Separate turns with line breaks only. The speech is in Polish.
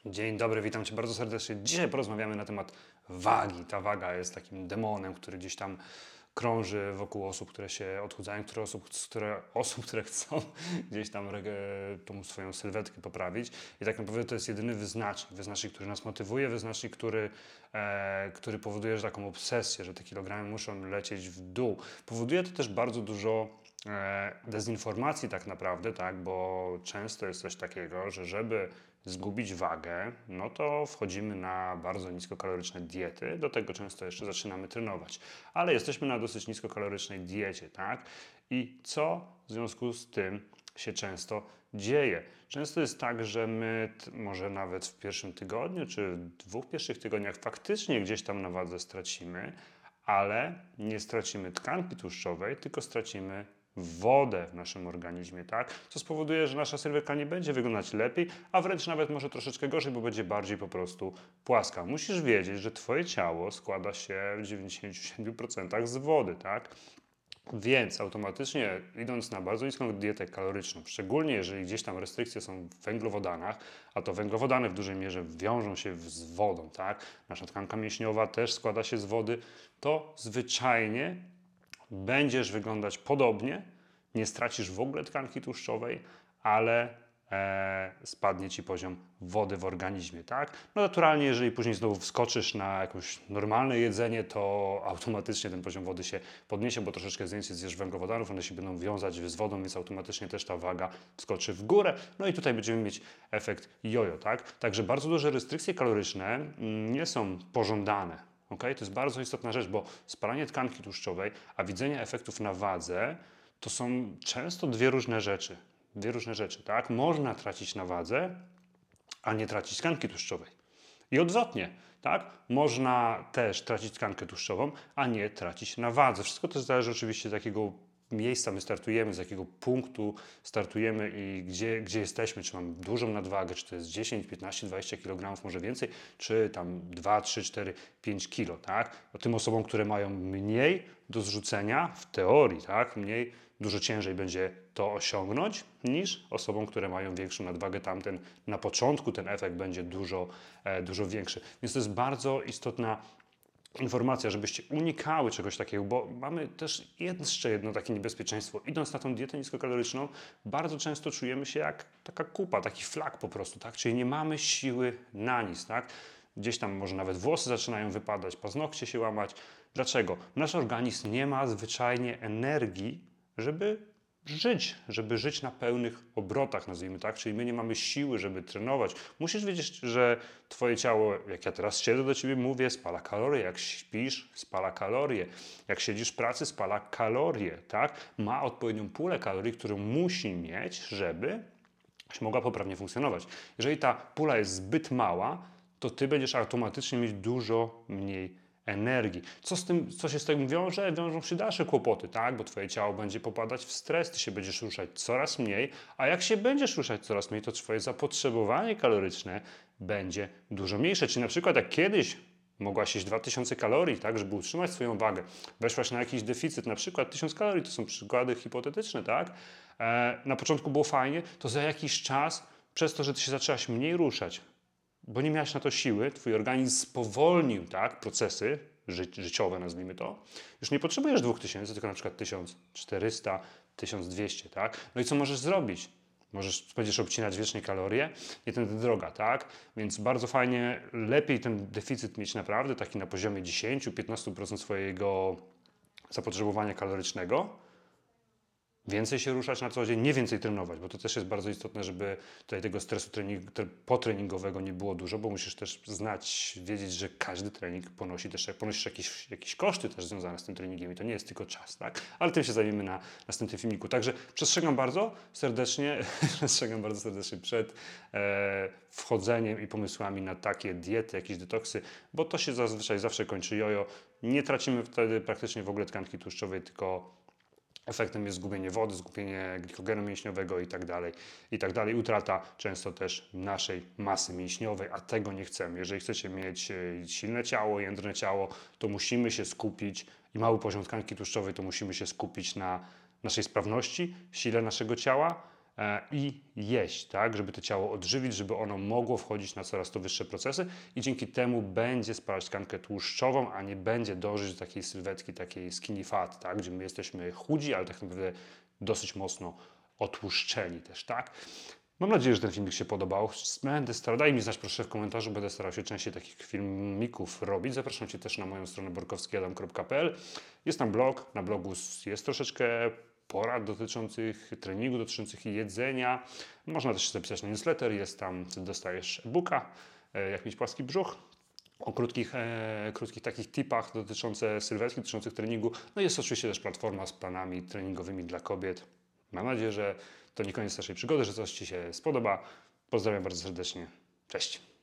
Dzień dobry, witam Cię bardzo serdecznie. Dzisiaj porozmawiamy na temat wagi. Ta waga jest takim demonem, który gdzieś tam krąży wokół osób, które się odchudzają, które chcą gdzieś tam tą swoją sylwetkę poprawić. I tak naprawdę to jest jedyny wyznacznik, który nas motywuje, wyznacznik, który powoduje, że taką obsesję, że te kilogramy muszą lecieć w dół. Powoduje to też bardzo dużo dezinformacji tak naprawdę, tak, bo często jest coś takiego, że żeby zgubić wagę, no to wchodzimy na bardzo niskokaloryczne diety, do tego często jeszcze zaczynamy trenować, ale jesteśmy na dosyć niskokalorycznej diecie, tak? I co w związku z tym się często dzieje? Często jest tak, że my może nawet w pierwszym tygodniu, czy w 2 pierwszych tygodniach faktycznie gdzieś tam na wadze stracimy, ale nie stracimy tkanki tłuszczowej, tylko stracimy wodę w naszym organizmie, tak? Co spowoduje, że nasza sylwetka nie będzie wyglądać lepiej, a wręcz nawet może troszeczkę gorzej, bo będzie bardziej po prostu płaska. Musisz wiedzieć, że Twoje ciało składa się w 97% z wody, tak? Więc automatycznie idąc na bardzo niską dietę kaloryczną, szczególnie jeżeli gdzieś tam restrykcje są w węglowodanach, a to węglowodany w dużej mierze wiążą się z wodą, tak? Nasza tkanka mięśniowa też składa się z wody, to zwyczajnie będziesz wyglądać podobnie, nie stracisz w ogóle tkanki tłuszczowej, ale spadnie Ci poziom wody w organizmie, tak? No naturalnie, jeżeli później znowu wskoczysz na jakieś normalne jedzenie, to automatycznie ten poziom wody się podniesie, bo troszeczkę więcej zjesz węglowodanów, one się będą wiązać z wodą, więc automatycznie też ta waga wskoczy w górę. No i tutaj będziemy mieć efekt jojo, tak? Także bardzo duże restrykcje kaloryczne nie są pożądane. Okay? To jest bardzo istotna rzecz, bo spalanie tkanki tłuszczowej, a widzenie efektów na wadze to są często dwie różne rzeczy. Tak? Można tracić na wadze, a nie tracić tkanki tłuszczowej. I odwrotnie, tak? Można też tracić tkankę tłuszczową, a nie tracić na wadze. Wszystko to zależy oczywiście z jakiego miejsca my startujemy, z jakiego punktu startujemy i gdzie jesteśmy, czy mamy dużą nadwagę, czy to jest 10, 15, 20 kg, może więcej, czy tam 2, 3, 4, 5 kg, tak? O tym osobom, które mają mniej do zrzucenia, w teorii, tak? Dużo ciężej będzie to osiągnąć niż osobom, które mają większą nadwagę. Tamten na początku ten efekt będzie dużo większy. Więc to jest bardzo istotna informacja, żebyście unikały czegoś takiego, bo mamy też jeszcze jedno takie niebezpieczeństwo. Idąc na tą dietę niskokaloryczną, bardzo często czujemy się jak taka kupa, taki flak po prostu, tak? Czyli nie mamy siły na nic, tak? Gdzieś tam może nawet włosy zaczynają wypadać, paznokcie się łamać. Dlaczego? Nasz organizm nie ma zwyczajnie energii, żeby żyć na pełnych obrotach, nazwijmy tak, czyli my nie mamy siły, żeby trenować. Musisz wiedzieć, że Twoje ciało, jak ja teraz siedzę do Ciebie, mówię, spala kalorie, jak śpisz, spala kalorie, jak siedzisz w pracy, spala kalorie, tak? Ma odpowiednią pulę kalorii, którą musi mieć, żeby mogła poprawnie funkcjonować. Jeżeli ta pula jest zbyt mała, to Ty będziesz automatycznie mieć dużo mniej energii. Co się z tym wiąże? Wiążą się dalsze kłopoty, tak? Bo Twoje ciało będzie popadać w stres, Ty się będziesz ruszać coraz mniej, a jak się będziesz ruszać coraz mniej, to Twoje zapotrzebowanie kaloryczne będzie dużo mniejsze. Czyli na przykład jak kiedyś mogłaś jeść 2000 kalorii, tak, żeby utrzymać swoją wagę, weszłaś na jakiś deficyt, na przykład 1000 kalorii, to są przykłady hipotetyczne, tak? Na początku było fajnie, to za jakiś czas, przez to, że Ty się zaczęłaś mniej ruszać, bo nie miałeś na to siły, Twój organizm spowolnił, tak, procesy życiowe, nazwijmy to, już nie potrzebujesz 2000, tylko na przykład 1400, 1200, tak? No i co możesz zrobić? Będziesz obcinać wiecznie kalorie, nie tędy droga, tak? Więc bardzo fajnie, lepiej ten deficyt mieć naprawdę taki na poziomie 10-15% swojego zapotrzebowania kalorycznego, więcej się ruszać na co dzień, nie więcej trenować, bo to też jest bardzo istotne, żeby tutaj tego stresu potreningowego nie było dużo, bo musisz też wiedzieć, że każdy trening ponosisz jakieś koszty też związane z tym treningiem i to nie jest tylko czas, tak? Ale tym się zajmiemy na następnym filmiku. Także przestrzegam bardzo serdecznie, przed wchodzeniem i pomysłami na takie diety, jakieś detoksy, bo to się zazwyczaj zawsze kończy jojo. Nie tracimy wtedy praktycznie w ogóle tkanki tłuszczowej, tylko efektem jest zgubienie wody, zgubienie glikogenu mięśniowego i tak dalej. Utrata często też naszej masy mięśniowej, a tego nie chcemy. Jeżeli chcecie mieć silne ciało, jędrne ciało, to musimy się skupić i mały poziom tkanki tłuszczowej, to musimy się skupić na naszej sprawności, sile naszego ciała, i jeść, tak, żeby to ciało odżywić, żeby ono mogło wchodzić na coraz to wyższe procesy i dzięki temu będzie spalać tkankę tłuszczową, a nie będzie dążyć do takiej sylwetki, takiej skinny fat, tak, gdzie my jesteśmy chudzi, ale tak naprawdę dosyć mocno otłuszczeni też, tak. Mam nadzieję, że ten filmik się podobał. Będę starał, daj mi znać proszę w komentarzu, będę starał się częściej takich filmików robić. Zapraszam Cię też na moją stronę borkowskiadam.pl. Jest tam blog, na blogu jest troszeczkę porad dotyczących treningu, dotyczących jedzenia. Można też się zapisać na newsletter, jest tam, dostajesz e-booka, jak mieć płaski brzuch, o krótkich takich tipach dotyczących sylwetki, dotyczących treningu. No i jest oczywiście też platforma z planami treningowymi dla kobiet. Mam nadzieję, że to nie koniec naszej przygody, że coś Ci się spodoba. Pozdrawiam bardzo serdecznie. Cześć.